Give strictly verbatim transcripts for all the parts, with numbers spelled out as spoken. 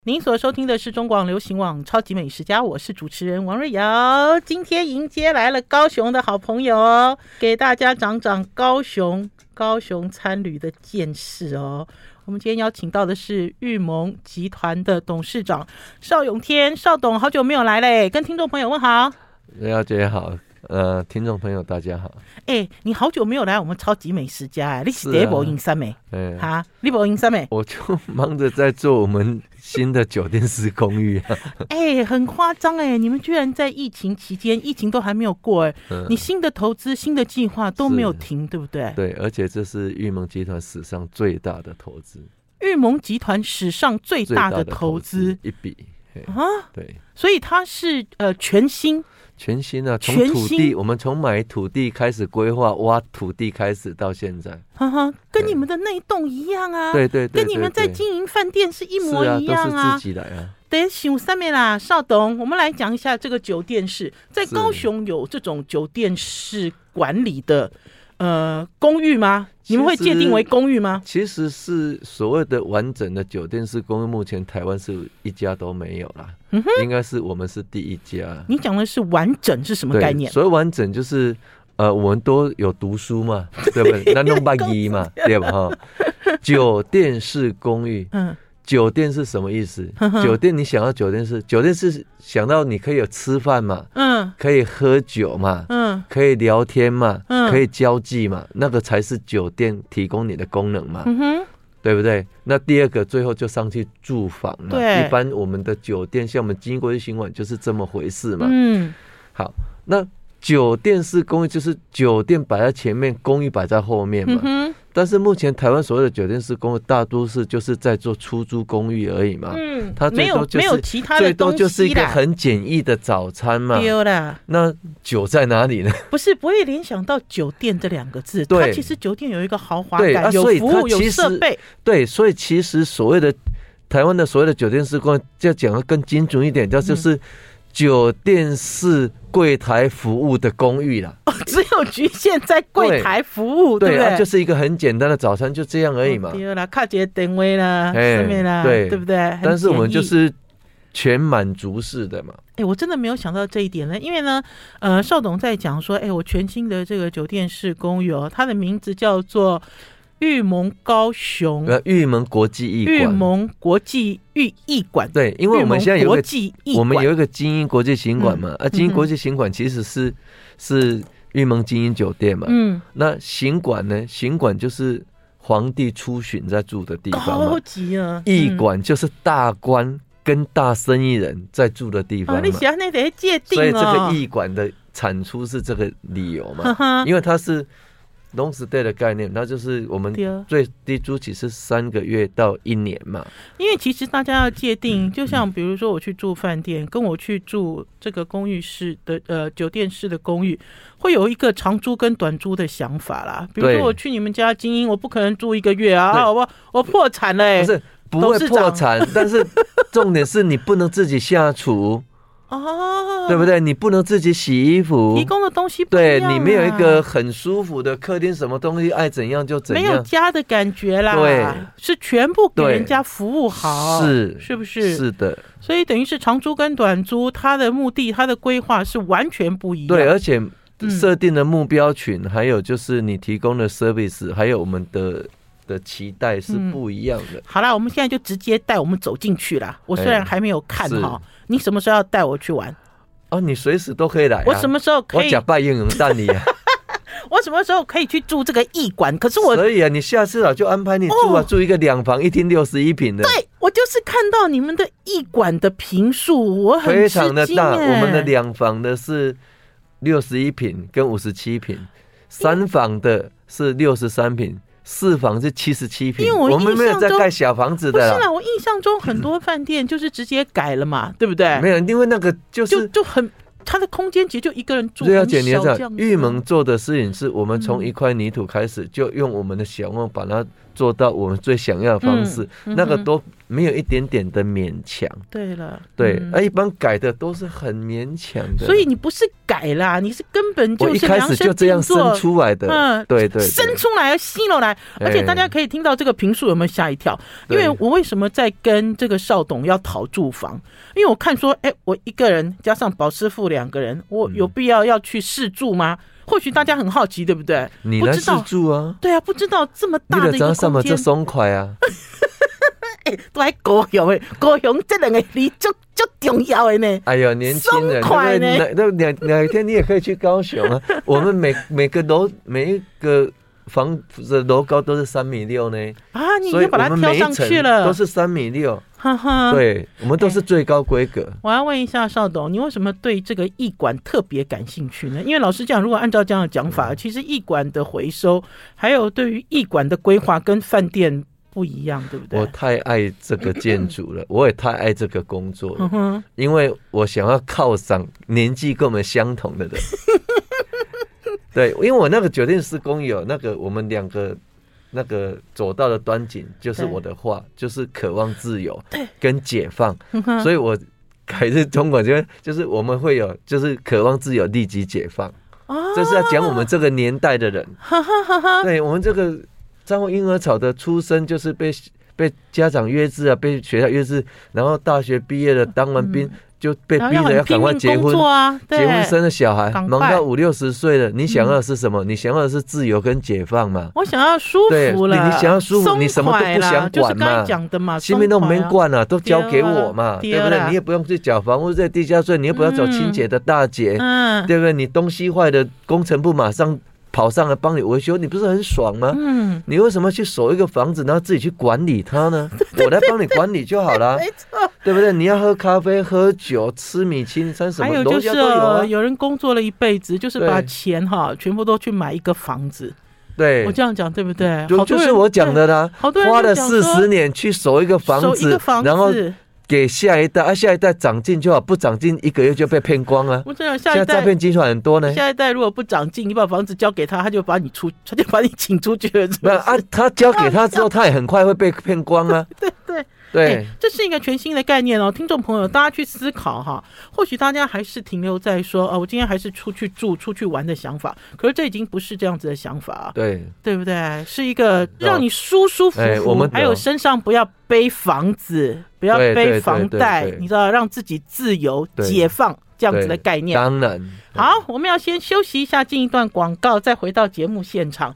您所收听的是中广流行网超级美食家，我是主持人王瑞瑶。今天迎接来了高雄的好朋友哦，给大家讲讲高雄高雄餐旅的见识哦。我们今天邀请到的是裕盟集团的董事长邵永天，邵董好久没有来嘞，跟听众朋友问好。 瑞瑶姐好，呃，听众朋友大家好。 哎、欸，你好久没有来我们超级美食家哎，你是第一波营三美， 嗯， 哈，你波营三美， 我就忙着在做我们新的酒店式公寓啊。 哎、欸，很夸张哎，你们居然在疫情期间，疫情都还没有过哎、嗯，你新的投资、新的计划都没有停，对不对？ 对，而且这是裕盟集团史上最大的投资。 裕盟集团史上最大的投资一笔啊， 对， 所以它是呃全新。 全新啊，从土地，我们从买土地开始规划，挖土地开始到现在， 哈哈，跟你们的那一栋一样啊， 对 对, 对, 对, 对， 跟你们在经营饭店是一模一样啊， 是啊，都是自己来啊。 得想上面啦，邵董，我们来讲一下这个酒店式，在高雄有这种酒店式管理的呃公寓吗？你们会界定为公寓吗？ 其实是所谓的完整的酒店式公寓，目前台湾是一家都没有啦。嗯哼，应该是我们是第一家。 你讲的是完整是什么概念？ 所谓完整就是呃，我们都有读书嘛，对不对？那弄八一嘛，对吧？哈，酒店式公寓，嗯。酒店是什么意思？酒店你想要酒店是酒店是想到你可以有吃饭嘛，嗯，可以喝酒嘛，嗯，可以聊天嘛，嗯，可以交际嘛，那个才是酒店提供你的功能嘛，嗯哼，对不对？那第二个最后就上去住房嘛，对，一般我们的酒店像我们经国际行馆就是这么回事嘛，嗯，好，那酒店式公寓就是酒店摆在前面，公寓摆在后面嘛。嗯、但是目前台湾所谓的酒店式公寓，大多是就是在做出租公寓而已嘛。嗯，它最多就是没有没有其他的最多就是一个很简易的早餐嘛。 对啦， 那酒在哪里呢？ 不是不会联想到酒店这两个字，它其实酒店有一个豪华感，啊、有服务有设备。 对，所以其实所谓的台湾的所谓的酒店式公寓，要讲的更精准一点，叫就是。嗯酒店式柜台服务的公寓啦、 哦，只有局限在柜台服务， 对, 对不对、 啊？就是一个很简单的早餐，就这样而已嘛。 对啦，卡节定位啦，上面啦，对对不对？ 但是我们就是全满足式的嘛。 哎、欸，我真的没有想到这一点呢，因为呢，呃，邵董在讲说，哎、欸，我全新的这个酒店式公寓哦，它的名字叫做。裕盟高雄， 呃，裕盟国际艺馆， 裕盟国际艺艺馆， 对，因为我们现在有一个我们有一个精英国际行馆嘛，嗯、啊，精英国际行馆其实是、嗯、是裕盟精英酒店嘛，嗯，那行馆呢，行馆就是皇帝出巡在住的地方嘛， 高级啊， 艺馆就是大官跟大生意人在住的地方嘛，啊、 你想那得界定哦， 所以这个艺馆的产出是这个理由嘛，呵呵因为它是。long stay 的概念，那就是我们最低租期是三个月到一年嘛。 因为其实大家要界定，就像比如说我去住饭店，跟我去住这个公寓式的呃酒店式的公寓，会有一个长租跟短租的想法啦。比如说我去你们家精英，我不可能住一个月啊，我我破产了、欸， 不是不会破产，但是重点是你不能自己下厨。哦，对不对？你不能自己洗衣服， 提供的东西不一样、啊、 对，你没有一个很舒服的客厅，什么东西爱怎样就怎样， 没有家的感觉啦。 对， 是全部给人家服务好， 是是不是？ 是的。 所以等于是长租跟短租，它的目的、它的规划是完全不一样。 对，而且设定的目标群，嗯、还有就是你提供的 service， 还有我们的。的期待是不一样的、嗯。 好啦，我们现在就直接带我们走进去啦。我虽然还没有看哈、欸，你什么时候要带我去玩？ 哦，你随时都可以来、啊。 我什么时候可以？ 我假扮应用带你啊。 我什么时候可以去住这个艺馆？可是我可以啊，你下次啊就安排你住啊，哦、住一个两房一厅六十一坪的。 对，我就是看到你们的艺馆的坪数，我很非常的大。我们的两房的是六十一坪跟五十七坪，三房的是六十三坪。四房是七十七坪，因为 我, 我们没有在盖小房子的啦。 不是啦，我印象中很多饭店就是直接改了嘛，对不对？ 没有，因为那个就是就, 就很，它的空间其实就一个人住。 对啊，姐，你要知道，裕盟做的事情是我们从一块泥土开始，就用我们的想法把它做到我们最想要的方式，嗯、那个都没有一点点的勉强。 对了， 对，嗯、啊，一般改的都是很勉强的。 所以你不是改改啦，你是根本就是我一开始就这样生出来的，嗯， 对 对, 对，生出来吸了来，而且大家可以听到这个评述有没有吓一跳？因为我为什么在跟这个少董要讨住房？因为我看说，哎，我一个人加上宝师傅两个人，我有必要要去试住吗？或许大家很好奇，对不对？ 你来试住啊？ 对啊，不知道这么大的一个空间， 你就这松快啊！ 哎、欸，都在高雄诶，高雄这两个离足足重要的呢。 哎呦，年轻人，对不对？哪哪一天你也可以去高雄啊？我们每每个楼每一个房子的楼高都是三米六呢。 啊，你就把它挑上去了， 都是三米六。对，我们都是最高规格、欸。 我要问一下邵董，你为什么对这个艺馆特别感兴趣呢？因为老实讲，如果按照这样的讲法，其实艺馆的回收，还有对于艺馆的规划跟饭店不一样，对不对？ 我太爱这个建筑了，我也太爱这个工作了，嗯、因为我想要犒赏年纪跟我们相同的人。对，因为我那个酒店施工有那个我们两个。那个走到的端景就是我的画，就是渴望自由跟解放，所以我改日中馆就就是我们会有就是渴望自由立即解放，哦、这是要讲我们这个年代的人。对，我们这个彰化婴儿潮的出生就是被被家长约制啊，被学校约制，然后大学毕业了当完兵。嗯就被逼着要赶快结婚， 啊、 结婚生了小孩，忙到五六十岁了。你想要的是什么？嗯、你想要的是自由跟解放嘛？ 我想要舒服了， 你你想要舒服，你什么都不想管嘛？ 讲的嘛， 心里都没管了，都交给我嘛，对不对？你也不用去缴房屋税、地价税，你也不要找清洁的大姐，嗯、对不对？你东西坏的，工程部马上跑上来帮你维修，你不是很爽吗？嗯，你为什么去守一个房子，然后自己去管理它呢？我来帮你管理就好了，没错，对不对？你要喝咖啡、喝酒、吃米其林餐什么， 还有就是、啊、有人工作了一辈子，就是把钱哈全部都去买一个房子。 对， 我这样讲对不对？ 就就是我讲的啦， 好多人花了四十年去守一个房子， 守一个房子然后给下一代，啊，下一代长进就好，不长进一个月就被骗光了。 我这样，下一代现在诈骗集团很多呢。 下一代如果不长进，你把房子交给他，他就把你出，他就把你请出去了。 没有啊，他交给他之后，他也很快会被骗光啊。 对对对、 欸，这是一个全新的概念哦，听众朋友，大家去思考哈。或许大家还是停留在说，哦，我今天还是出去住、出去玩的想法，可是这已经不是这样子的想法， 对对不对？是一个让你舒舒服服，欸、我们还有身上不要背房子，不要背房贷，你知道，让自己自由解放这样子的概念。 当然， 好，我们要先休息一下，进一段广告，再回到节目现场。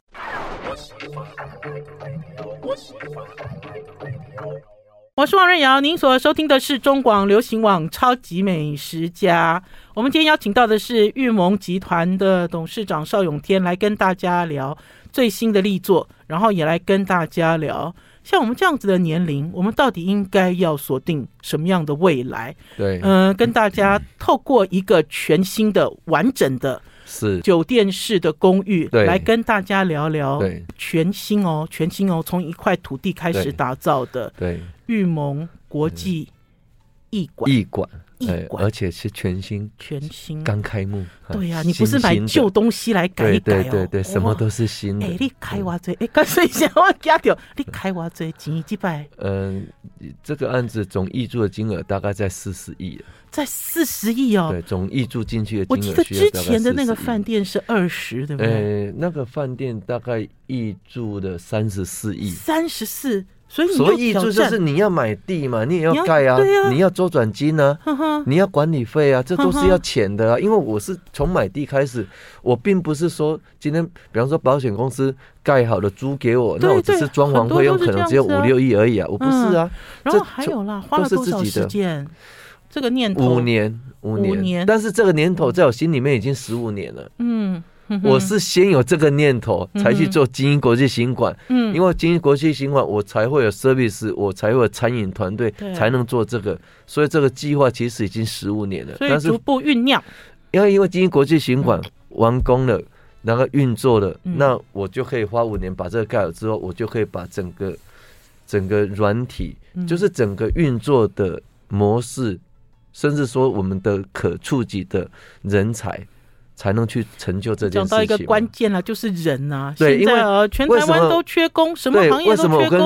我是王瑞瑶，您所收听的是中广流行网超级美食家。我们今天邀请到的是裕盟集团的董事长邵永天，来跟大家聊最新的力作，然后也来跟大家聊像我们这样子的年龄，我们到底应该要锁定什么样的未来。 对， 嗯、呃，跟大家透过一个全新的完整的是酒店式的公寓来跟大家聊聊全新哦全新哦从一块土地开始打造的对裕盟国际艺馆艺馆艺馆，而且是全新全新刚开幕。 对呀、啊，你不是买旧东西来改一改哦， 对对对对，什么都是新的。 哎、欸，你开我最哎，干脆想我加掉，你开我最钱几百？ 嗯，这个案子总挹注的金额大概在四十亿了， 在四十亿哦。 对，总挹注进去的金额， 我记得之前的那个饭店是二十，对不对？ 呃，那个饭店大概挹注的三十四亿， 三十四。所以所以挹注就是你要买地嘛，你也要盖啊， 你 要, 啊你要周转金啊，你要管理费啊，这都是要钱的啊。因为我是从买地开始，我并不是说今天比方说保险公司盖好了租给我，那我只是装潢费用可能只有五六亿而已啊，我不是啊。 然后还有啦，花了多少时间？这个念头五年，五年，五年，但是这个年头在我心里面已经十五年了。嗯。我是先有这个念头才去做精英国际行馆，嗯，因为精英国际行馆我才会有 service， 我才会有餐饮团队，才能做这个，所以这个计划其实已经十五年了， 所以逐步酝酿。 因为因为精英国际行馆完工了，然后运作了，嗯，那我就可以花五年把这个盖好之后，我就可以把整个整个软体，嗯，就是整个运作的模式，甚至说我们的可触及的人才。才能去成就这件事情。讲到一个关键了，就是人啊。对，现在呃，全台湾都缺工，什么行业都缺工。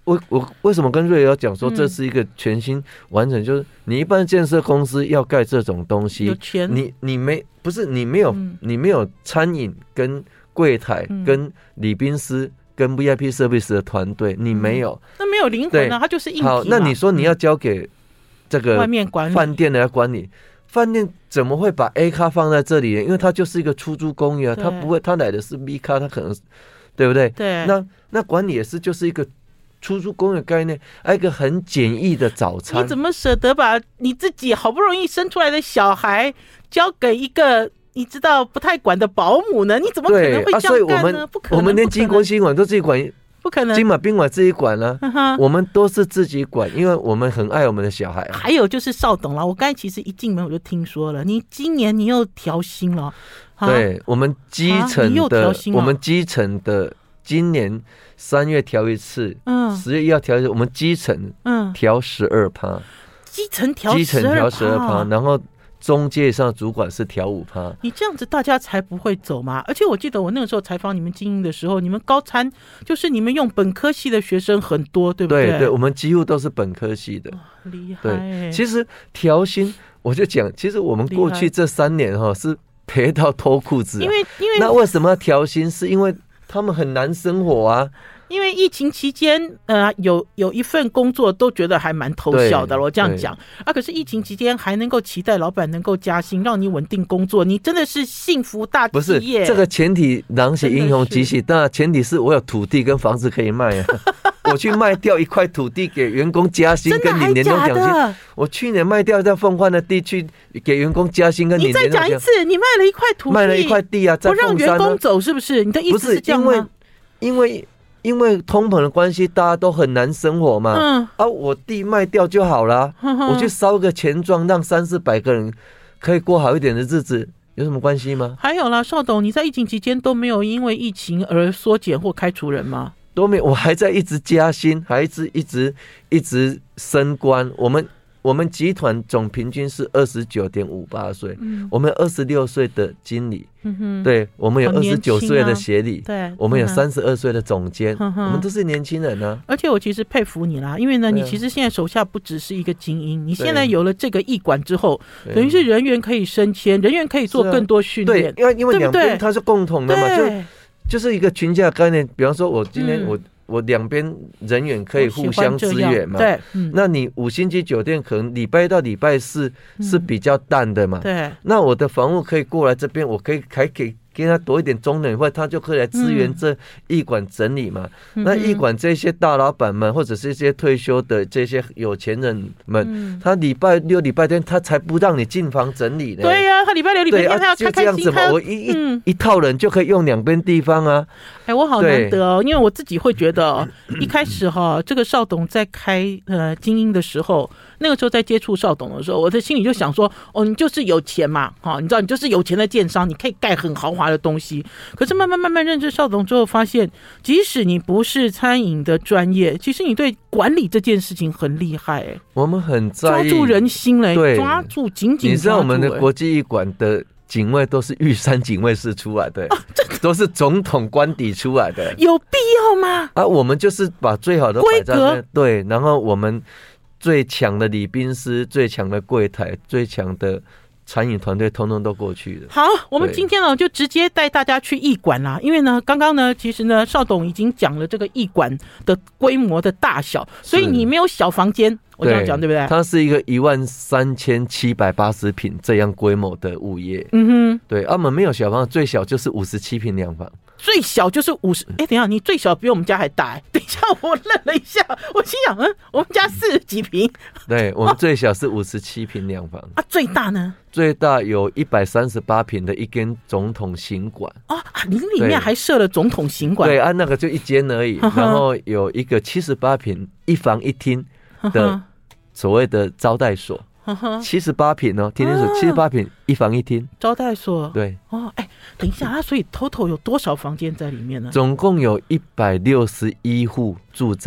我我为什么跟瑞瑶讲说这是一个全新完整？嗯、就是你一般建设公司要盖这种东西， 有钱， 你你没不是你没有、嗯、你没有餐饮跟柜台、嗯、跟礼宾师跟 V I P service 的团队，你没有， 嗯、那没有灵魂啊，它就是硬体嘛。 好，那你说你要交给这个外面管理饭店来管理。饭店怎么会把 A 咖放在这里呢？因为它就是一个出租公寓啊，它不会，它来的是 B 咖，它可能，对不对？ 对。 那那管理也是就是一个出租公寓的概念，还有一个很简易的早餐。 你怎么舍得把你自己好不容易生出来的小孩交给一个你知道不太管的保姆呢？你怎么可能会这样干呢？啊、所以我们不可能，我们连金国宾馆都自己管。 不可能， 金马宾馆自己管了、啊，我们都是自己管，因为我们很爱我们的小孩、啊。 还有就是邵董啦，我刚才其实一进门我就听说了，你今年你又调薪了。 对，我们基层的，我们基层的今年三月调一次，嗯，十月一要调一次，我们基层嗯调十二趴， 基层调基层调十二趴，然后。中介上主管是调五趴， 你这样子大家才不会走嘛。而且我记得我那个时候采访你们经营的时候，你们高餐就是你们用本科系的学生很多，对不对？ 对对，我们几乎都是本科系的， 厉害。 对，其实调薪我就讲，其实我们过去这三年哈是赔到脱裤子、啊， 因为因为那为什么要调薪？是因为他们很难生活啊。 因为疫情期间，呃，有有一份工作都觉得还蛮偷笑的，我这样讲啊。可是疫情期间还能够期待老板能够加薪，让你稳定工作，你真的是幸福大企业。 不是这个前提，狼血英雄集喜，但前提是我有土地跟房子可以卖啊。我去卖掉一块土地给员工加薪跟领年终奖金。我去年卖掉在凤凰的地区给员工加薪跟领年终奖金。 你再讲一次，你卖了一块土地， 卖了一块地啊，在凤山啊， 不让员工走是不是？你的意思是这样吗？ 不是，因为因为。因为通膨的关系，大家都很难生活嘛。嗯，啊，我地卖掉就好了，嗯、我去烧个钱庄，让三四百个人可以过好一点的日子，有什么关系吗？ 还有啦，邵董，你在疫情期间都没有因为疫情而缩减或开除人吗？ 都没有，我还在一直加薪，还一直一直一直升官。我们我们集团总平均是二十九点五八岁，我们二十六岁的经理。嗯哼，对，我们有二十九岁的协理，对，我们有三十二岁的总监，我们都是年轻人呢、啊。 而且我其实佩服你啦，因为呢，你其实现在手下不只是一个精英，你现在有了这个艺馆之后，等于是人员可以升迁，人员可以做更多训练， 对，因为因为两边它是共同的嘛，就就是一个群架概念。比方说，我今天我。嗯我两边人员可以互相支援嘛？ 对， 嗯，那你五星级酒店可能礼拜一到礼拜四是比较淡的嘛？ 嗯、对， 那我的房务可以过来这边，我可以还给给他多一点中等会，他就可以来支援这艺馆整理嘛。嗯、那艺馆这些大老板们或者是一些退休的这些有钱人们，嗯、他礼拜六、礼拜天他才不让你进房整理呢。 对呀、啊，他礼拜六、礼拜天他要开开心， 他我一、嗯、一一套人就可以用两边地方啊。 哎，我好难得哦，因为我自己会觉得、哦，一开始哈、哦，这个邵董在开呃精英的时候，那个时候在接触邵董的时候，我的心里就想说，哦，你就是有钱嘛，哈、哦，你知道，你就是有钱的建商，你可以盖很豪华的东西。可是慢慢慢慢认识邵董之后，发现即使你不是餐饮的专业，其实你对管理这件事情很厉害，哎， 我们很在意抓住人心嘞， 对， 抓住紧紧抓住。 你知道我们的国际艺馆的警卫都是玉山警卫室出来的，啊、都是总统官邸出来的， 有必要吗？ 啊，我们就是把最好的摆在那，对，然后我们最强的礼宾师、最强的柜台、最强的餐饮团队，通通都过去了。 好，我们今天呢就直接带大家去艺馆啦，因为呢，刚刚呢，其实呢，邵董已经讲了这个艺馆的规模的大小，所以你没有小房间。我这样讲对不对？ 它是一个一万三千七百八十平这样规模的物业。嗯哼，对，啊、我们没有小房，最小就是五十七平两房， 最小就是五十。哎，等一下，你最小比我们家还大哎！等一下，我愣了一下，我心想，嗯，我们家四十几平。 对，我们最小是五十七平两房。 啊，最大呢？ 最大有一百三十八平的一间总统行馆。 哦，你里面还设了总统行馆？ 对，啊，那个就一间而已。然后有一个七十八平一房一厅的所谓的招待所，七十八平哦，听清楚，七十八平一房一厅招待所。 对， 哦，哎，等一下，它所以 total 有多少房间在里面呢？ 总共有一百六十一户住宅。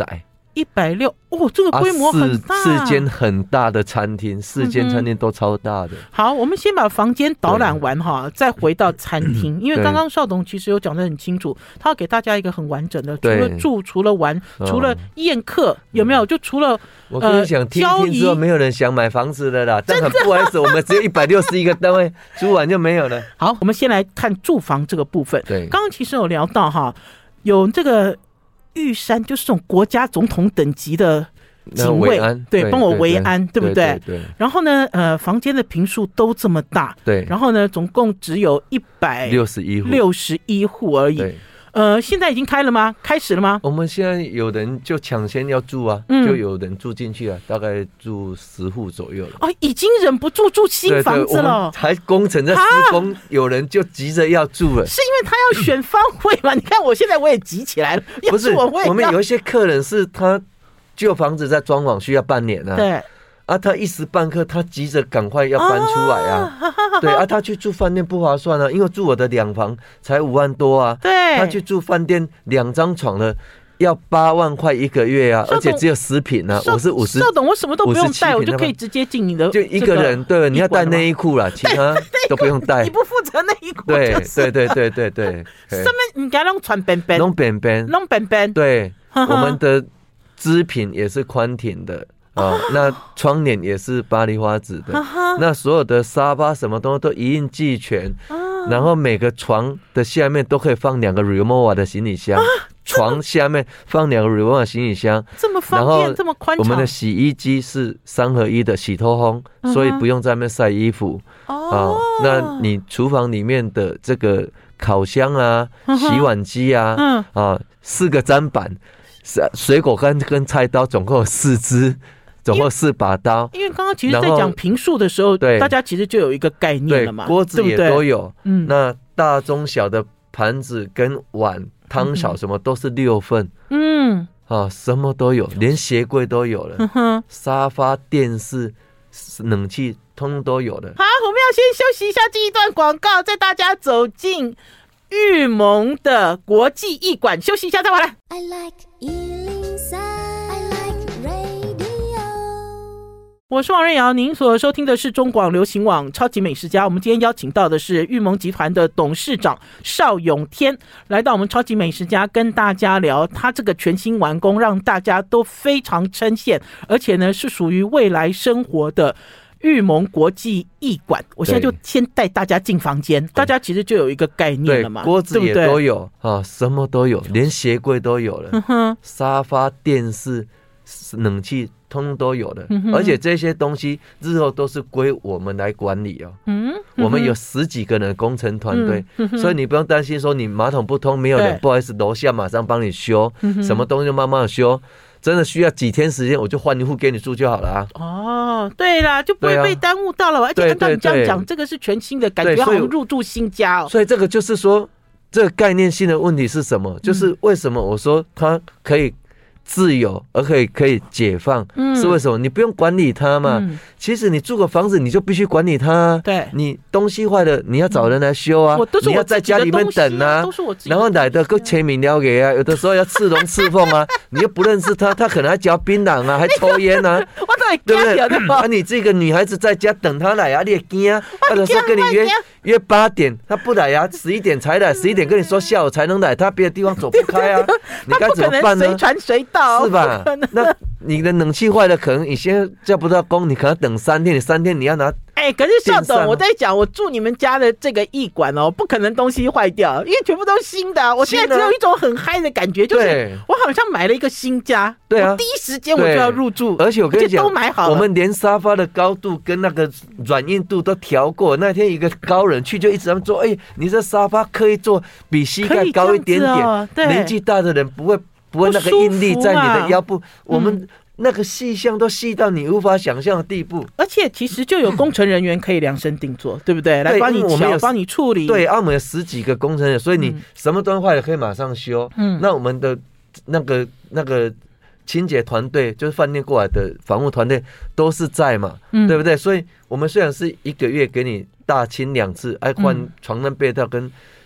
一百六哦，这个规模很大， 啊、四, 四间很大的餐厅，四间餐厅都超大的。嗯、 好，我们先把房间导览完哈，再回到餐厅，因为刚刚邵董其实有讲得很清楚，他要给大家一个很完整的，除了住，除了玩，除了宴客，哦、有没有？就除了我跟你讲，听听之后没有人想买房子的啦，但很不好意思，我们只有一百六十一个单位，租完就没有了。 好，我们先来看住房这个部分。 对， 刚刚其实有聊到哈，有这个。玉山就是这种国家总统等级的警卫，对，帮我维安，对不对？ 对对对。 然后呢，呃，房间的坪数都这么大， 对。 然后呢，总共只有一百六十一户， 六十一户而已。 对。 呃，现在已经开了吗？开始了吗？ 我们现在有人就抢先要住啊，嗯、就有人住进去了，大概住十户左右了。 哦，已经忍不住住新房子了， 对对，还工程在施工，有人就急着要住了。 是因为他要选方位嘛？你看我现在我也急起来了。 不是， 我, 我们有一些客人是他旧房子在装潢需要半年啊， 对。 啊，他一时半刻他急着赶快要搬出来啊，啊对啊，他去住饭店不划算啊，因为住我的两房才五万多啊， 对， 他去住饭店两张床的要八万块一个月啊，而且只有十坪啊，我是五十， 邵董我什么都不用带，我就可以直接进你的， 就一个人，对，你要带内衣裤啦，其他都不用带， 你不负责内衣裤， 对对对对对对， 上面你给他弄穿边边， 弄边边， 弄边边， 对，我们的织品也是宽挺的。哦，那窗帘也是巴黎花纸的，那所有的沙发什么东西都一应俱全，然后每个床的下面都可以放两个 Rimowa 的行李箱，床下面放两个 Rimowa 行李箱， 这么方便，这么宽敞。 我们的洗衣机是三合一的洗脱烘，所以不用在那边晒衣服。哦，那你厨房里面的这个烤箱啊、洗碗机啊，啊，四个砧板，水果干跟菜刀总共有四支。总共四把刀， 因为刚刚其实在讲坪数的时候，大家其实就有一个概念了嘛， 锅子也都有，嗯，那大中小的盘子跟碗、汤勺什么都是六份，嗯，啊，什么都有，连鞋柜都有了，嗯、沙发、电视、冷气通通都有了。 好，我们要先休息一下这一段广告，在大家走进玉蒙的国际艺馆，休息一下再回来。I like 一零三。我是王瑞瑶，您所收听的是中广流行网超级美食家。我们今天邀请到的是玉蒙集团的董事长邵永天，来到我们超级美食家，跟大家聊他这个全新完工，让大家都非常称羡，而且呢是属于未来生活的玉蒙国际艺馆。我现在就先带大家进房间，大家其实就有一个概念了嘛， 锅子也都有啊，什么都有，连鞋柜都有了，嗯、沙发、电视、冷气。通通都有的，嗯、而且这些东西日后都是归我们来管理哦。嗯，我们有十几个人工程团队，嗯、所以你不用担心说你马桶不通没有人，不好意思，楼下马上帮你修，嗯、什么东西就慢慢的修。真的需要几天时间，我就换一户给你住就好了啊。 哦，对啦，就不会被耽误到了。啊、而且按照你这样讲，这个是全新的感觉，好像入住新家哦。 所以这个就是说，这个概念性的问题是什么？就是为什么我说它可以。自由而可以可以解放，嗯、是为什么？你不用管理它嘛。嗯、其实你住个房子，你就必须管理它、啊。对，你东西坏了，你要找人来修啊。 嗯、 你要在家里面等啊。然后来的够签名了给啊，有的时候要刺龙刺凤啊，你又不认识他，他可能还嚼槟榔啊，还抽烟啊，对不对？啊，你这个女孩子在家等他来啊，你也惊啊。或者说跟你约约八点，他不来啊，十一点才来，十一点跟你说下午才能来，他别的地方走不开啊，你该怎么办呢？ 随传随到。 是吧？那你的冷气坏了，可能你现在叫不到工，你可能等三天，你三天你要拿。 哎、欸，可是邵董，我在讲，我住你们家的这个艺馆哦，不可能东西坏掉，因为全部都新的、啊。我现在只有一种很嗨的感觉，就是我好像买了一个新家，对啊，我第一时间我就要入住， 而且我跟你讲， 都买好了， 我们连沙发的高度跟那个软硬度都调过。那天一个高人去就一直这么说，哎、欸，你这沙发可以做比膝盖高一点点，哦、年纪大的人不会。不会那个应力在你的腰部，啊、我们那个细项都细到你无法想象的地步。 而且其实就有工程人员可以量身定做，对不对？来帮你调，帮你处理。 对，澳门有十几个工程人，所以你什么东西坏了可以马上修。嗯，那我们的那个那个清洁团队，就是饭店过来的房务团队都是在嘛，嗯、对不对？所以我们虽然是一个月给你大清两次，哎，换床单被套跟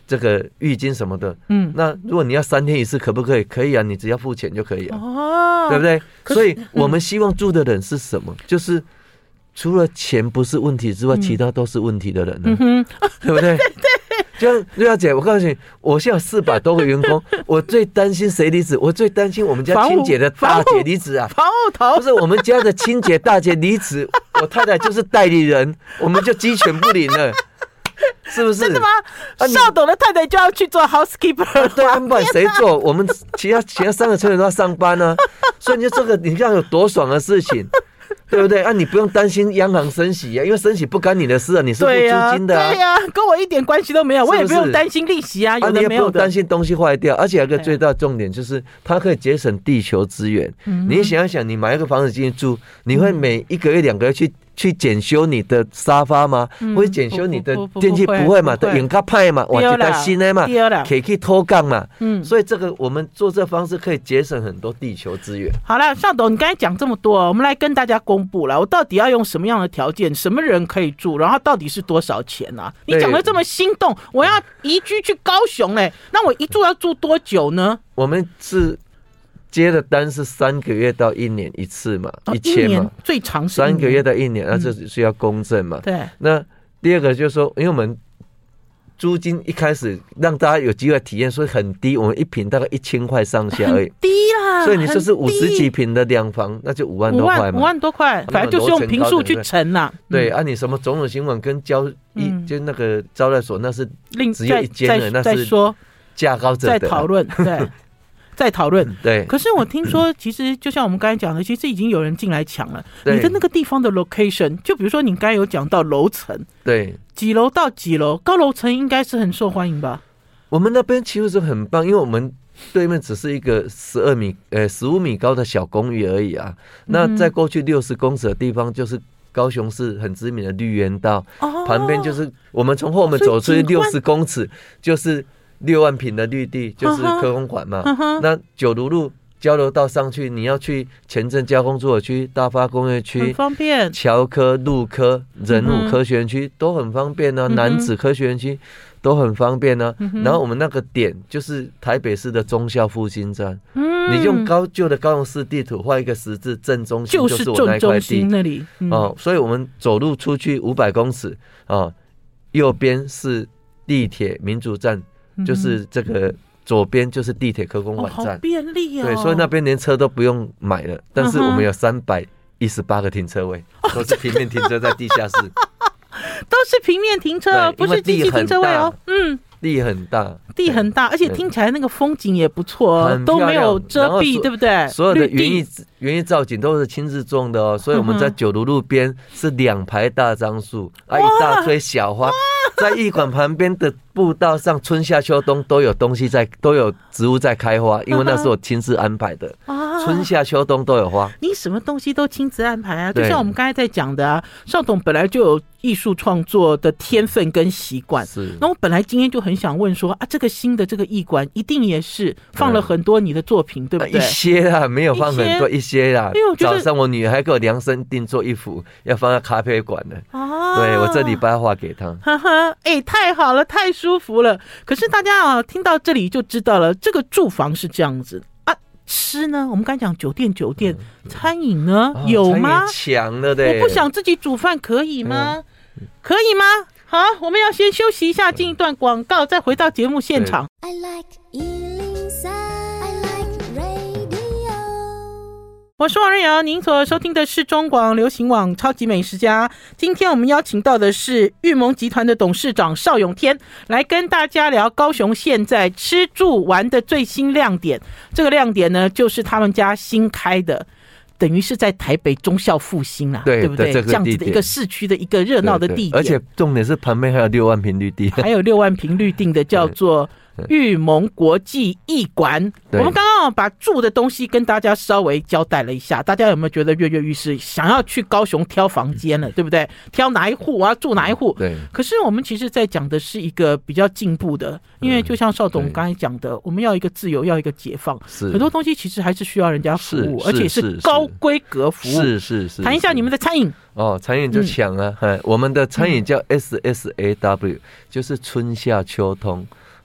这个浴巾什么的，嗯，那如果你要三天一次，可不可以？可以啊，你只要付钱就可以啊，哦，对不对？所以我们希望住的人是什么？嗯、就是除了钱不是问题之外，嗯、其他都是问题的人呢、啊，嗯、对不对？对对。就像瑞瑶姐，我告诉你，我现在有四百多个员工，我最担心谁离职？我最担心我们家清洁的大姐离职啊！ 房务头不是我们家的清洁大姐离职，我太太就是代理人，我们就鸡犬不宁了。是不是真的吗？啊、邵董的太太就要去做 housekeeper，、 啊、对，不然谁做？我们其他其他三个成员都要上班呢、啊，所以你就这个，你看有多爽的事情，对不对？啊，你不用担心央行升息啊，因为升息不干你的事啊，你是付租金的啊， 对呀、啊，跟我一点关系都没有，是是我也不用担心利息啊，有的没有的，啊、你也不用担心东西坏掉，而且有一个最大重点就是它可以节省地球资源。嗯、你想一想，你买一个房子进去住，你会每一个月、两个月去。去检修你的沙发吗？嗯、会检修你的电器？不会嘛？的用较歹嘛，换一台新的嘛，可以去脱杠嘛。嗯，所以这个我们做这方式可以节省很多地球资源。 好了，邵董，你刚才讲这么多，我们来跟大家公布了，我到底要用什么样的条件，什么人可以住，然后到底是多少钱啊？你讲的这么心动，我要移居去高雄嘞、欸，那我一住要住多久呢？ 我们是。接的单是三个月到一年一次嘛， 哦、 一签嘛， 最长是三个月到一年，那这需要公证嘛。 对。 那第二个就是说，因为我们租金一开始让大家有机会体验，所以很低，我们一坪大概一千块上下而已， 低啦。 所以你说是五十几坪的两房，那就五万多块嘛， 五万多块，反正就是用坪数去乘啦。 对，按、啊、你什么总统行馆跟交一、嗯、就那个招待所，那是只有一间的，那是价高者得、啊。 再讨论，对。再讨论， 对。 可是我听说，其实就像我们刚才讲的，其实已经有人进来抢了。你的那个地方的 location， 就比如说你刚才有讲到楼层， 对， 几楼到几楼，高楼层应该是很受欢迎吧？ 我们那边其实是很棒，因为我们对面只是一个十二米、呃十五米高的小公寓而已啊。那在过去六十公尺的地方，就是高雄市很知名的绿园道，哦、旁边就是我们从后门走出去六十公尺，就是。六万坪的绿地就是科工馆嘛， uh-huh, uh-huh. 那九如路交流道上去，你要去前镇加工作区、大发工业区， 很方便。 侨科、陆科、仁武科学园区都很方便啊， uh-huh. 南子科学园区都很方便啊。Uh-huh. 然后我们那个点就是台北市的忠孝复兴站， uh-huh. 你用高旧的高雄市地图画一个十字，正中心就是我那块地那里、嗯、 哦，所以我们走路出去五百公尺哦，右边是地铁民主站。就是这个左边就是地铁科工馆站、哦， 好便利哦。 对，所以那边连车都不用买了，但是我们有三百一十八个停车位，嗯、都是平面停车在地下室， 都是平面停车，不是机器停车位哦。嗯， 地很大， 地很大，而且听起来那个风景也不错，都没有遮蔽，对不对？ 所有的园艺园艺造景都是亲自种的哦，所以我们在九如路边是两排大樟树，啊，一大堆小花。在艺馆旁边的步道上，春夏秋冬都有东西在，都有植物在开花，因为那是我亲自安排的。春夏秋冬都有花， 你什么东西都亲自安排啊！就像我们刚才在讲的啊，邵董本来就有艺术创作的天分跟习惯。 是， 那我本来今天就很想问说啊，这个新的这个艺馆一定也是放了很多你的作品，对不对？ 一些啦，没有放很多，一些啦。因为我觉得早上我女儿还给我量身定做一幅，要放在咖啡馆的。哦，对，我这礼拜画给她。 哈哈，哎，太好了，太舒服了。可是大家啊，听到这里就知道了，这个住房是这样子。吃呢？我们刚才讲酒店，酒店、嗯、餐饮呢、哦、有吗？ 强了的， 我不想自己煮饭，可以吗？嗯、可以吗？好，我们要先休息一下，进一段广告，再回到节目现场。I like 一零三 I like radio。我是王瑞瑶，您所收听的是中广流行网超级美食家。今天我们邀请到的是裕盟集团的董事长邵永天，来跟大家聊高雄现在吃住玩的最新亮点。这个亮点呢，就是他们家新开的，等于是在台北忠孝复兴啦， 对, 对不对？这样子的一个市区的一个热闹的地点， 而且重点是旁边还有六万坪绿地， 还有六万坪绿地的叫做裕盟国际艺馆。我们刚刚把住的东西跟大家稍微交代了一下，大家有没有觉得跃跃欲试，想要去高雄挑房间了，对不对？挑哪一户啊，住哪一户？对。可是我们其实在讲的是一个比较进步的，因为就像邵董刚才讲的，我们要一个自由，要一个解放，很多东西其实还是需要人家服务，而且是高规格服务。 是是是。 谈一下你们的餐饮。 哦，餐饮就强啊、嗯！我们的餐饮叫 S S A W，、嗯、就是春夏秋冬。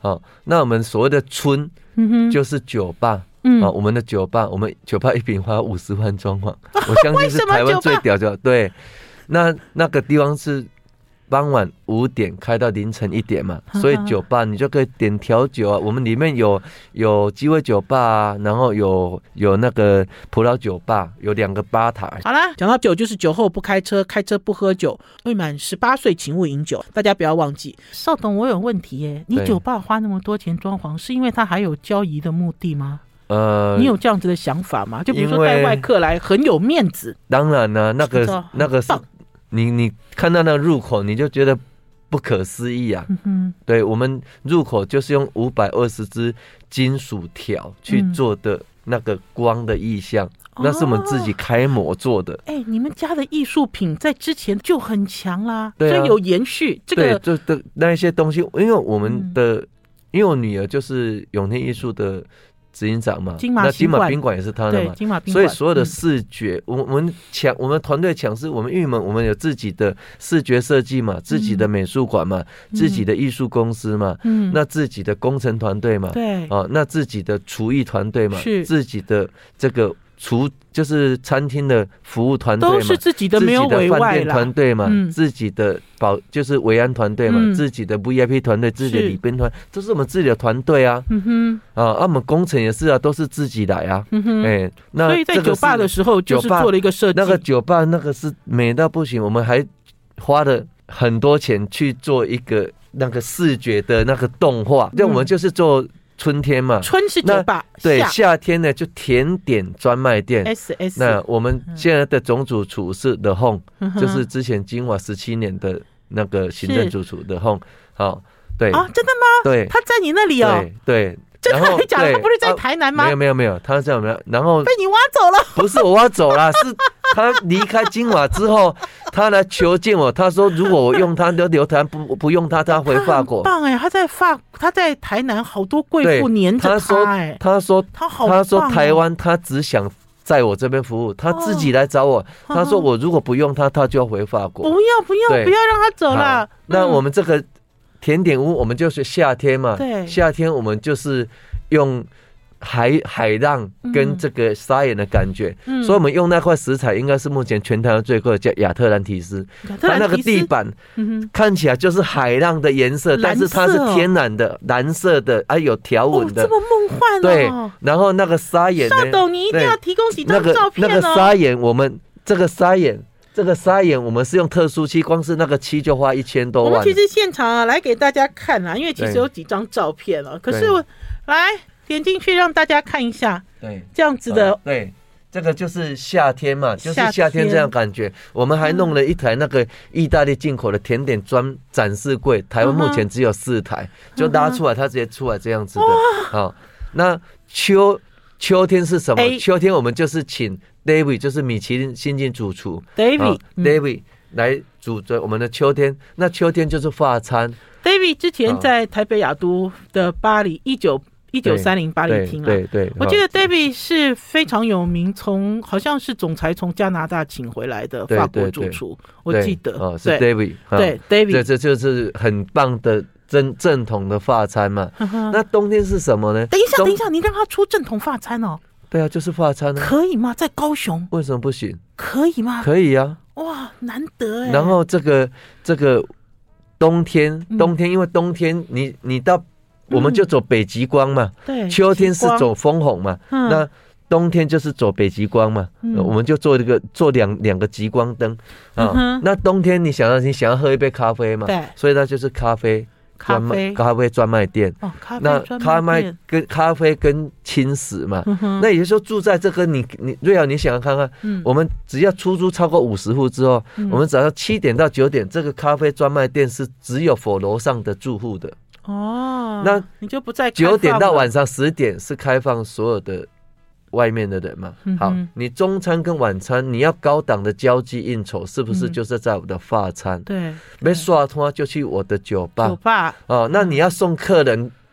哦，那我们所谓的村，嗯、就是酒吧。嗯、啊，我们的酒吧，我们酒吧一瓶花五十万装潢，我相信是台湾最屌的。对，那那个地方是傍晚五点开到凌晨一点嘛，所以酒吧你就可以点调酒啊。我们里面有有鸡尾酒吧啊，然后有有那个葡萄酒吧，有两个吧台。 好啦，讲到酒就是酒后不开车，开车不喝酒，未满十八岁请勿饮酒，大家不要忘记。邵董，我有问题耶，你酒吧花那么多钱装潢，是因为它还有交易的目的吗？呃，你有这样子的想法吗？就比如说带外客来很有面子。 当然了、啊，那个那个是你你看到那个入口你就觉得不可思议啊。嗯、对，我们入口就是用五百二十支金属条去做的那个光的意象。嗯，那是我们自己开模做的。 哎、欸，你们家的艺术品在之前就很强啦，对、啊，所以有延续这个。 对，就那一些东西，因为我们的，嗯、因为我女儿就是永天艺术的执行长嘛， 金马那金马宾馆也是他的嘛， 金马宾馆， 所以所有的视觉，嗯、我们强，我们团队强势，我们玉门，我们有自己的视觉设计嘛，自己的美术馆嘛，嗯、自己的艺术公司嘛，嗯，那自己的工程团队嘛， 对， 哦，那自己的厨艺团队嘛，是自己的这个。厨就是餐厅的服务团队嘛， 都是自己的，没有委外啦。 饭店团队嘛，嗯、自己的保就是维安团队嘛，嗯、自己的 V I P 团队，自己的礼宾团，这是我们自己的团队啊。嗯哼，啊，啊我们工程也是啊，都是自己来啊。嗯哼，哎、欸，那所以在酒吧的时候就是做了一个设计。 那个酒吧那个是美到不行，我们还花了很多钱去做一个那个视觉的那个动画，那、嗯、我们就是做。春天嘛， 春是酒吧， 对，夏天呢就甜点专卖店。 S S， 那我们现在的总主厨是 The Home，、嗯、就是之前金华十七年的那个行政主厨 The Home。好，对啊，真的吗？ 对， 他在你那里哦。 对对。 真的还假的？他不是在台南吗？ 啊、没有没有没有，他在我们，然后被你挖走了。 不是我挖走了，是他离开金华之后，他来求见我。他说如果我用他留留台不不用他，他回法国。 棒哎！他在法他在台南好多贵妇黏着他哎。 他说他好、哦， 他说台湾他只想在我这边服务，他自己来找我。哦、他说我如果不用他，他就要回法国。 不要不要不要让他走了。 那我们这个。甜点屋，我们就是夏天嘛， 对， 夏天我们就是用海海浪跟这个沙眼的感觉，嗯、所以我们用那块石材应该是目前全台湾最贵的，叫亚特兰提斯。它那个地板看起来就是海浪的颜色，但是它是天然的蓝色的，还、啊、有条纹的、 哦，这么梦幻哦。 对，然后那个沙眼呢？ 邵董，你一定要提供几张照片哦。 那个、那个沙眼，我们这个沙眼。这个砂眼我们是用特殊漆，光是那个漆就花一千多万。 我们其实现场啊，来给大家看啊，因为其实有几张照片了、啊。可是我来点进去让大家看一下， 对， 这样子的、 呃，对，这个就是夏天嘛，就是夏天这样感觉。我们还弄了一台那个意大利进口的甜点专展示柜，台湾目前只有四台，嗯、就拉出来，它直接出来这样子的。好、哦，那秋秋天是什么？欸、秋天我们就是请。David 就是米其林新晋主厨 David、嗯、 David 来主责我们的秋天，那秋天就是法餐。 David 之前在台北雅都的巴黎一九一九三零巴黎厅啊， 对 对, 对， 我记得 David 是非常有名，从好像是总裁从加拿大请回来的法国主厨，我记得哦是 David， 对 David， 这这就是很棒的正正统的法餐嘛。那冬天是什么呢？ 等一下，等一下，你让他出正统法餐哦。 对啊，就是法餐啊， 可以吗？在高雄为什么不行？ 可以吗？ 可以啊， 哇，难得哎。 然后这个这个冬天，冬天因为冬天你你到我们就走北极光嘛， 对、嗯， 秋天是走枫红嘛，嗯、那冬天就是走北极光嘛，嗯、我们就做这个做两两个极光灯啊、嗯。那冬天你想要你想要喝一杯咖啡嘛， 对， 所以它就是咖啡。 咖啡咖啡专卖店， 哦，咖啡那咖啡跟咖啡跟轻食嘛、嗯，那也就是说住在这个你你瑞瑶，你想想看看、嗯，我们只要出租超过五十户之后、嗯，我们早上七点到九点，这个咖啡专卖店是只有否楼上的住户的哦。 那你就不再九点到晚上十点是开放所有的外面的人嘛、嗯？好，你中餐跟晚餐你要高档的交际应酬，是不是就是在我的法餐？ 对， 没刷通就去我的酒吧。 酒吧哦，那你要送客人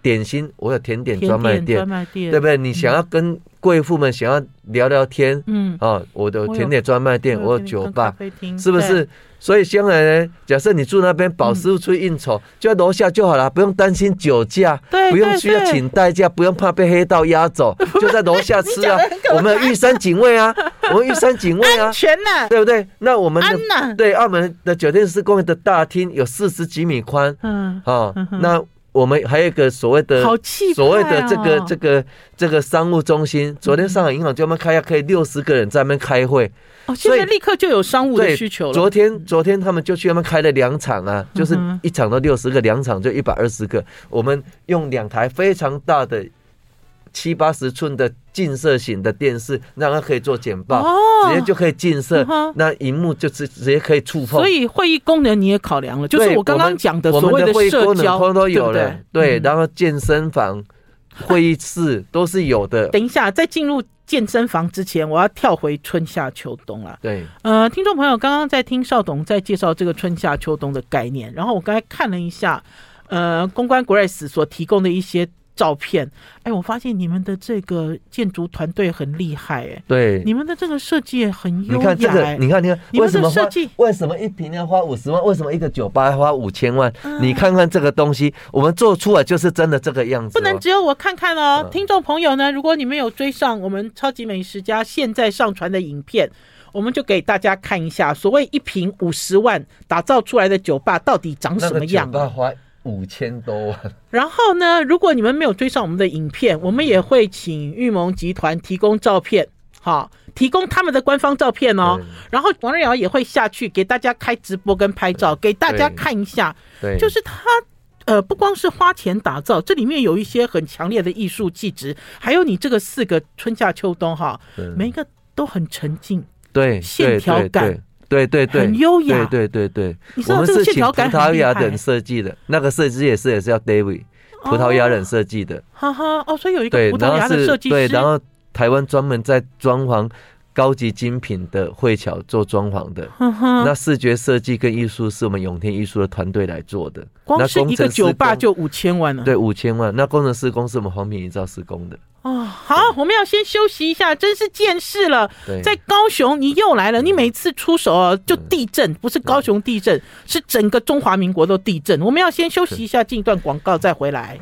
点心，我有甜点专卖店， 专卖店对不对？你想要跟贵妇们想要聊聊天，嗯，啊，我的甜点专卖店，我有酒吧，是不是？所以将来呢，假设你住那边，宝师傅出去应酬，就在楼下就好了，不用担心酒驾，不用需要请代驾，不用怕被黑道押走，就在楼下吃啊。我们有玉山警卫啊，我们玉山警卫啊， 安全呐， 对不对？那我们的对澳门的酒店施工的大厅有四十几米宽，嗯，啊，那。我们还有一个所谓的、 哦、 所谓的这个这个这个商务中心，昨天上海银行就我们开下，可以六十个人在那边开会。 哦，现在立刻就有商务的需求了。 昨天昨天他们就去那边开了两场啊，就是一场都六十个，两场就一百二十个。我们用两台非常大的七八十寸的近摄型的电视，让它可以做简报，哦、直接就可以近摄，嗯、那荧幕就直直接可以触碰。 所以会议功能你也考量了，就是我刚刚讲的所谓的社交都有了，对，然后健身房、会议室都是有的。 等一下，在进入健身房之前，我要跳回春夏秋冬了。 对， 呃，听众朋友刚刚在听邵董在介绍这个春夏秋冬的概念，然后我刚才看了一下，呃，公关 Grace 所提供的一些照片，哎，我发现你们的这个建筑团队很厉害，哎， 对， 你们的这个设计也很优雅。 你看这个，你看，你看， 你们的设计为什么一坪要花五十万？为什么一个酒吧要花五千万？嗯、你看看这个东西，我们做出来就是真的这个样子、哦。 不能只有我看看哦，嗯、听众朋友呢，如果你们有追上我们超级美食家现在上传的影片，我们就给大家看一下，所谓一坪五十万打造出来的酒吧到底长什么样？ 那个酒吧花五千多万。 然后呢，如果你们没有追上我们的影片，我们也会请玉盟集团提供照片，好，提供他们的官方照片哦。然后王瑞瑶也会下去给大家开直播跟拍照，给大家看一下。对，就是他呃，不光是花钱打造，这里面有一些很强烈的艺术气质，还有你这个四个春夏秋冬哈，每一个都很沉静， 对， 线条感。 对对对， 很优雅。 对对对对， 你知道这个线条感很厉害。 我们是请葡萄牙人设计的，那个设计也是也是要 David 葡萄牙人设计的。 哈哈，哦，所以有一个葡萄牙的设计师。 对，然后台湾专门在装潢高级精品的会巧做装潢的。那视觉设计跟艺术是我们永天艺术的团队来做的。 光是一个酒吧就五千万了。 对，五千万。那工程施工是我们黄品营造施工的。 哦，好，我们要先休息一下，真是见识了。在高雄，你又来了，你每次出手啊就地震，不是高雄地震，是整个中华民国都地震。我们要先休息一下，进一段广告再回来。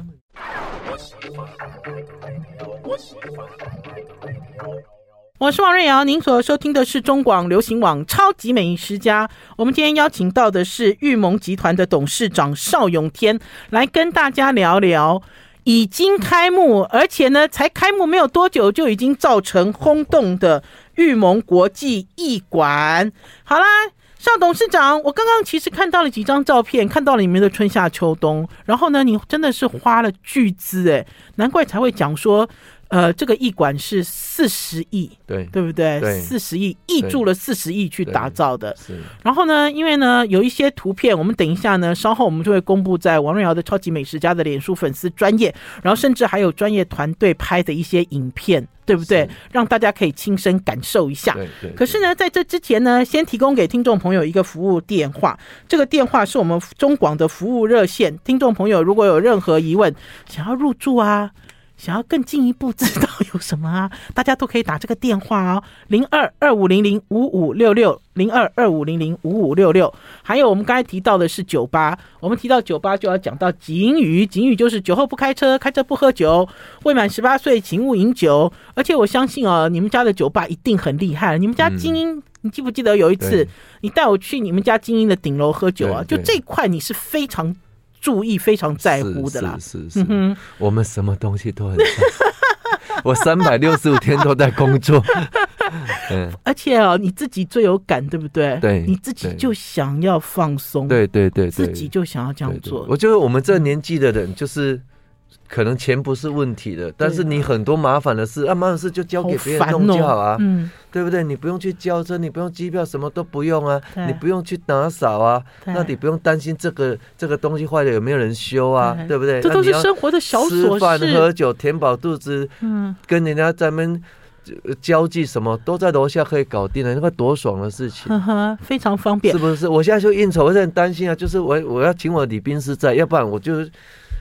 我是王瑞瑶，您所收听的是中广流行网超级美食家。我们今天邀请到的是玉盟集团的董事长邵永天，来跟大家聊聊已经开幕，而且呢才开幕没有多久就已经造成轰动的玉盟国际艺馆。好啦，邵董事长，我刚刚其实看到了几张照片，看到了你们的春夏秋冬，然后呢你真的是花了巨资，哎，难怪才会讲说呃，这个艺馆是四十亿，对对不对？四十亿，挹注了四十亿去打造的。然后呢，因为呢有一些图片，我们等一下呢，稍后我们就会公布在王瑞瑶的超级美食家的脸书粉丝专页，然后甚至还有专业团队拍的一些影片，对不对？让大家可以亲身感受一下。对对对。可是呢，在这之前呢，先提供给听众朋友一个服务电话，这个电话是我们中广的服务热线。听众朋友如果有任何疑问，想要入住啊，想要更进一步知道有什么啊，大家都可以打这个电话哦，零二二五零零五五六六，零二二五零零五五六六。还有我们刚才提到的是酒吧，我们提到酒吧就要讲到警语，警语就是酒后不开车，开车不喝酒，未满十八岁请勿饮酒。而且我相信哦，你们家的酒吧一定很厉害，你们家精英、嗯、你记不记得有一次你带我去你们家精英的顶楼喝酒啊？就这一块你是非常注意非常在乎的啦。 是是 是, 是、嗯、我们什么东西都很在我三百六十五天都在工作嗯、而且哦，你自己最有感，对不对？ 对， 你自己就想要放松， 对对 对, 对， 自己就想要这样做。 对对，我觉得我们这年纪的人就是可能钱不是问题的，但是你很多麻烦的事啊，麻烦的事就交给别人弄就好啊，好、哦嗯、对不对？你不用去交车，你不用机票，什么都不用啊，你不用去打扫啊，那你不用担心这个这个东西坏了有没有人修啊， 对, 对不对？ 这都是生活的小琐事， 吃饭喝酒填饱肚子，嗯，跟人家在那边交际什么都在楼下可以搞定了，那个多爽的事情，呵呵，非常方便， 是不是？我现在就应酬，我是很担心啊，就是我我要请我的礼宾师在，要不然我就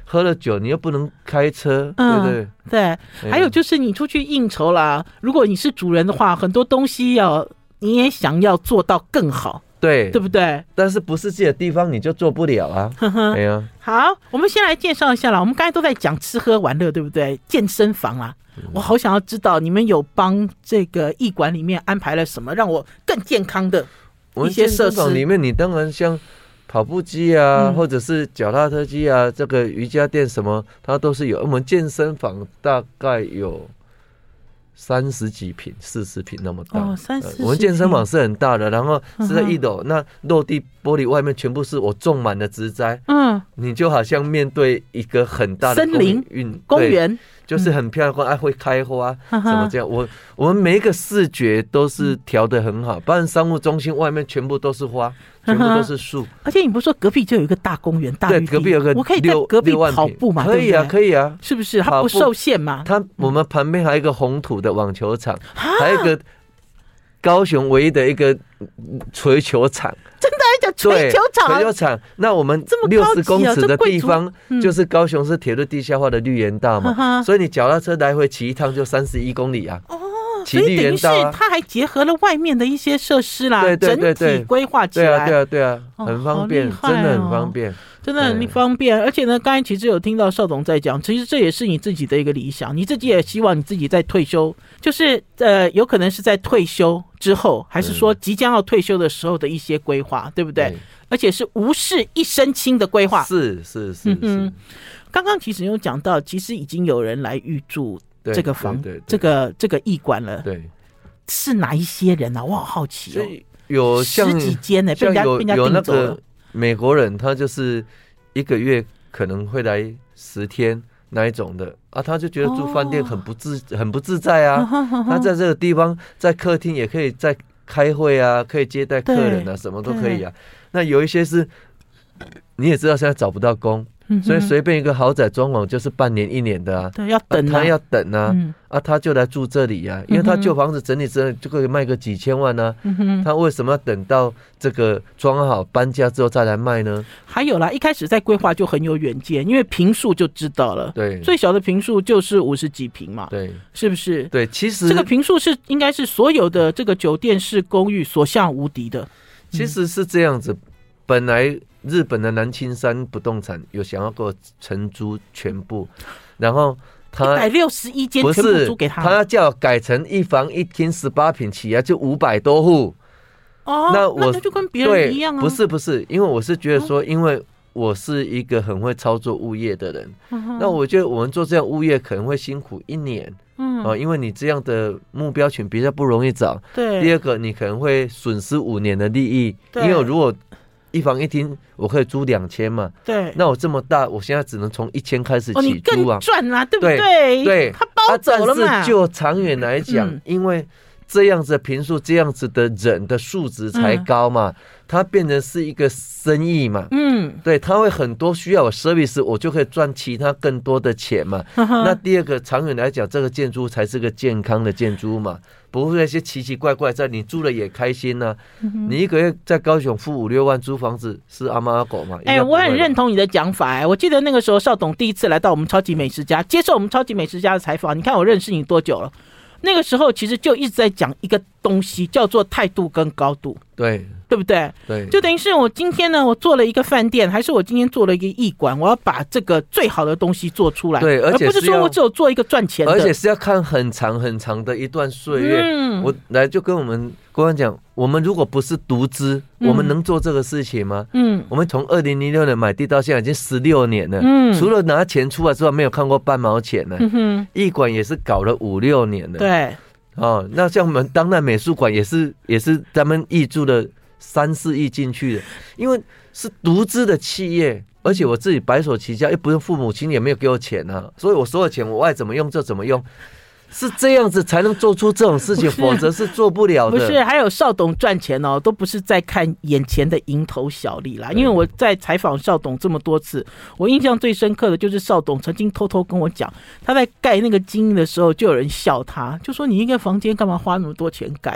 喝了酒你又不能开车，嗯、对不对？ 对，还有就是你出去应酬啦，如果你是主人的话，很多东西要你也想要做到更好。对，对不对？ 但是不是自己的地方你就做不了啊。哎呀， 好，我们先来介绍一下啦。我们刚才都在讲吃喝玩乐，对不对？健身房啊，我好想要知道你们有帮这个艺馆里面安排了什么让我更健康的一些设施。 我们健身房里面，你当然像跑步机啊，嗯、或者是脚踏车机啊，这个瑜伽垫什么，它都是有。我们健身房大概有三十几坪、四十坪那么大。 哦，三十。 我们健身房是很大的，然后是在一楼，嗯、那落地玻璃外面全部是我种满了植栽。嗯，你就好像面对一个很大的森林公园， 就是很漂亮，还、嗯、会开花，怎么这样？我我们每一个视觉都是调得很好，不然商务中心外面全部都是花。全部都是树， 而且你不是说隔壁就有一个大公园、大绿地？ 对，隔壁有个我可以在隔壁跑步嘛？ 可以啊，可以啊， 是不是？它不受限嘛？ 它我们旁边还有一个红土的网球场，还有一个高雄唯一的一个槌球场。 真的还讲槌球场？ 槌球场。那我们六十公尺的地方，就是高雄市铁路地下化的绿园道嘛，所以你脚踏车来回骑一趟就三十一公里啊。 所以等于是它还结合了外面的一些设施啦， 对对对对， 整体规划起来， 对啊对啊对啊，很方便，哦、真的很方便， 真的很方便。而且呢，刚才其实有听到邵董在讲，其实这也是你自己的一个理想，你自己也希望你自己在退休，就是呃，有可能是在退休之后，还是说即将要退休的时候的一些规划，对不对？对，而且是无事一身轻的规划， 是是是是。嗯， 刚刚其实有讲到，其实已经有人来预祝。这个房，对对对这个这个艺馆了，对，是哪一些人啊？我好好奇哦。 有像十几间呢，被人家被人家订走了。有那个美国人，他就是一个月可能会来十天那一种的啊，他就觉得住饭店很不自、哦、很不自在啊。他在这个地方，在客厅也可以在开会啊，可以接待客人啊，什么都可以啊。那有一些是，你也知道，现在找不到工。所以随便一个豪宅装潢就是半年一年的啊， 对，要等啊， 啊他要等啊，嗯、啊他就来住这里啊，因为他旧房子整理之后就可以卖个几千万啊，嗯、他为什么要等到这个装好搬家之后再来卖呢？ 还有啦，一开始在规划就很有远见，因为坪数就知道了，对，最小的坪数就是五十几坪嘛，对，是不是？ 对，其实这个坪数是应该是所有的这个酒店式公寓所向无敌的， 其实是这样子，本来。日本的南青山不动产有想要给我承租全部，然后他一百六十一间全部租给他， 他要叫我改成一房一厅十八坪起来就五百多户。 哦，那我那就跟别人一样啊。 不是不是，因为我是觉得说，因为我是一个很会操作物业的人，嗯、那我觉得我们做这样物业可能会辛苦一年。嗯啊，因为你这样的目标群比较不容易找。对。第二个，你可能会损失五年的利益，因为如果一房一厅我可以租两千嘛，对，那我这么大，我现在只能从一千开始起租啊，哦、你更赚啊，对不对？ 对， 他包走了嘛。 啊、但是就长远来讲，嗯、因为这样子的坪数，这样子的人的素质才高嘛，嗯、它变成是一个生意嘛，嗯，对，它会很多需要有 service， 我就可以赚其他更多的钱嘛。那第二个，长远来讲，这个建筑才是个健康的建筑嘛。不会那些奇奇怪怪，在你住了也开心呢、啊。嗯、你一个月在高雄付五六万租房子，是阿猫阿狗吗？ 哎、欸，我很认同你的讲法、欸。我记得那个时候邵董第一次来到我们超级美食家，接受我们超级美食家的采访。你看我认识你多久了？那个时候其实就一直在讲一个东西，叫做态度跟高度。 对。 对不对？对，就等于是我今天呢，我做了一个饭店，还是我今天做了一个艺馆，我要把这个最好的东西做出来， 对，而且而不是说我只有做一个赚钱的， 而且是要看很长很长的一段岁月。嗯，我来就跟我们公安讲，我们如果不是独资，嗯、我们能做这个事情吗？嗯，我们从二零零六年买地到现在已经十六年了，嗯，除了拿钱出来之外，没有看过半毛钱呢。嗯哼，艺馆也是搞了五六年了， 对， 哦，那像我们当代美术馆也是也是咱们挹注的。三四亿进去的，因为是独资的企业，而且我自己白手起家，又不用父母亲也没有给我钱啊，所以我所有钱我爱怎么用就怎么用，是这样子才能做出这种事情，否则是做不了的。 不是，还有邵董赚钱哦，都不是在看眼前的蝇头小利啦。因为我在采访邵董这么多次，我印象最深刻的就是邵董曾经偷偷跟我讲，他在盖那个金的时候，就有人笑他，就说你一个房间干嘛花那么多钱盖啊？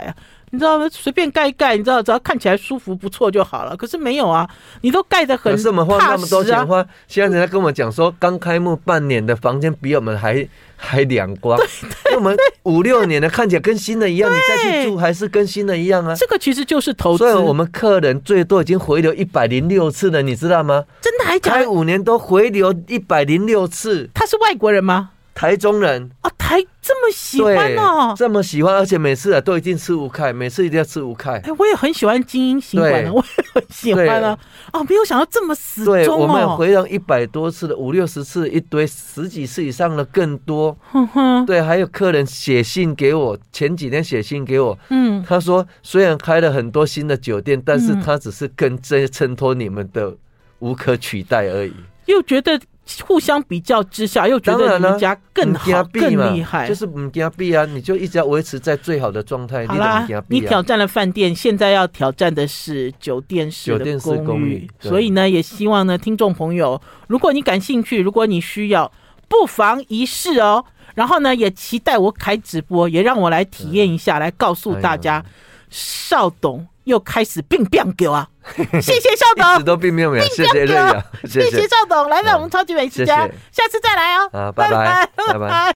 你知道吗？随便盖一盖，你知道，只要看起来舒服不错就好了。可是没有啊，你都盖得很踏实啊。 可是我们花那么多钱花，现在人家跟我们讲说，刚开幕半年的房间比我们还还亮光，因为我们五六年的看起来跟新的一样，你再去住还是跟新的一样啊。 这个其实就是投资。 所以我们客人最多已经回流一百零六次了，你知道吗？ 真的还假的？ 开五年都回流一百零六次。 他是外国人吗？ 台中人哦，台这么喜欢哦， 这么喜欢，而且每次啊都一定吃五块，每次一定要吃五块。 哎，我也很喜欢精英行馆啊，我也很喜欢啊。哦，没有想到这么死忠哦。 对，我们回廊一百多次的，五六十次一堆，十几次以上的更多。 哼哼， 对，还有客人写信给我，前几天写信给我， 嗯， 他说虽然开了很多新的酒店，但是他只是更真衬托你们的无可取代而已。 又觉得互相比较之下，又觉得你们家更好、更厉害， 就是不怕比啊，你就一直要维持在最好的状态。 好啦，你, 啊、你挑战了饭店，现在要挑战的是酒店式的公寓，公寓所以呢，也希望呢，听众朋友，如果你感兴趣，如果你需要，不妨一试哦。然后呢，也期待我开直播，也让我来体验一下，嗯、来告诉大家，哎、邵董又开始病病给啊！谢谢邵董， 一直都并没有，谢谢瑞瑶， 谢谢邵董来到我们超级美食家，下次再来哦， 啊，拜拜，拜拜。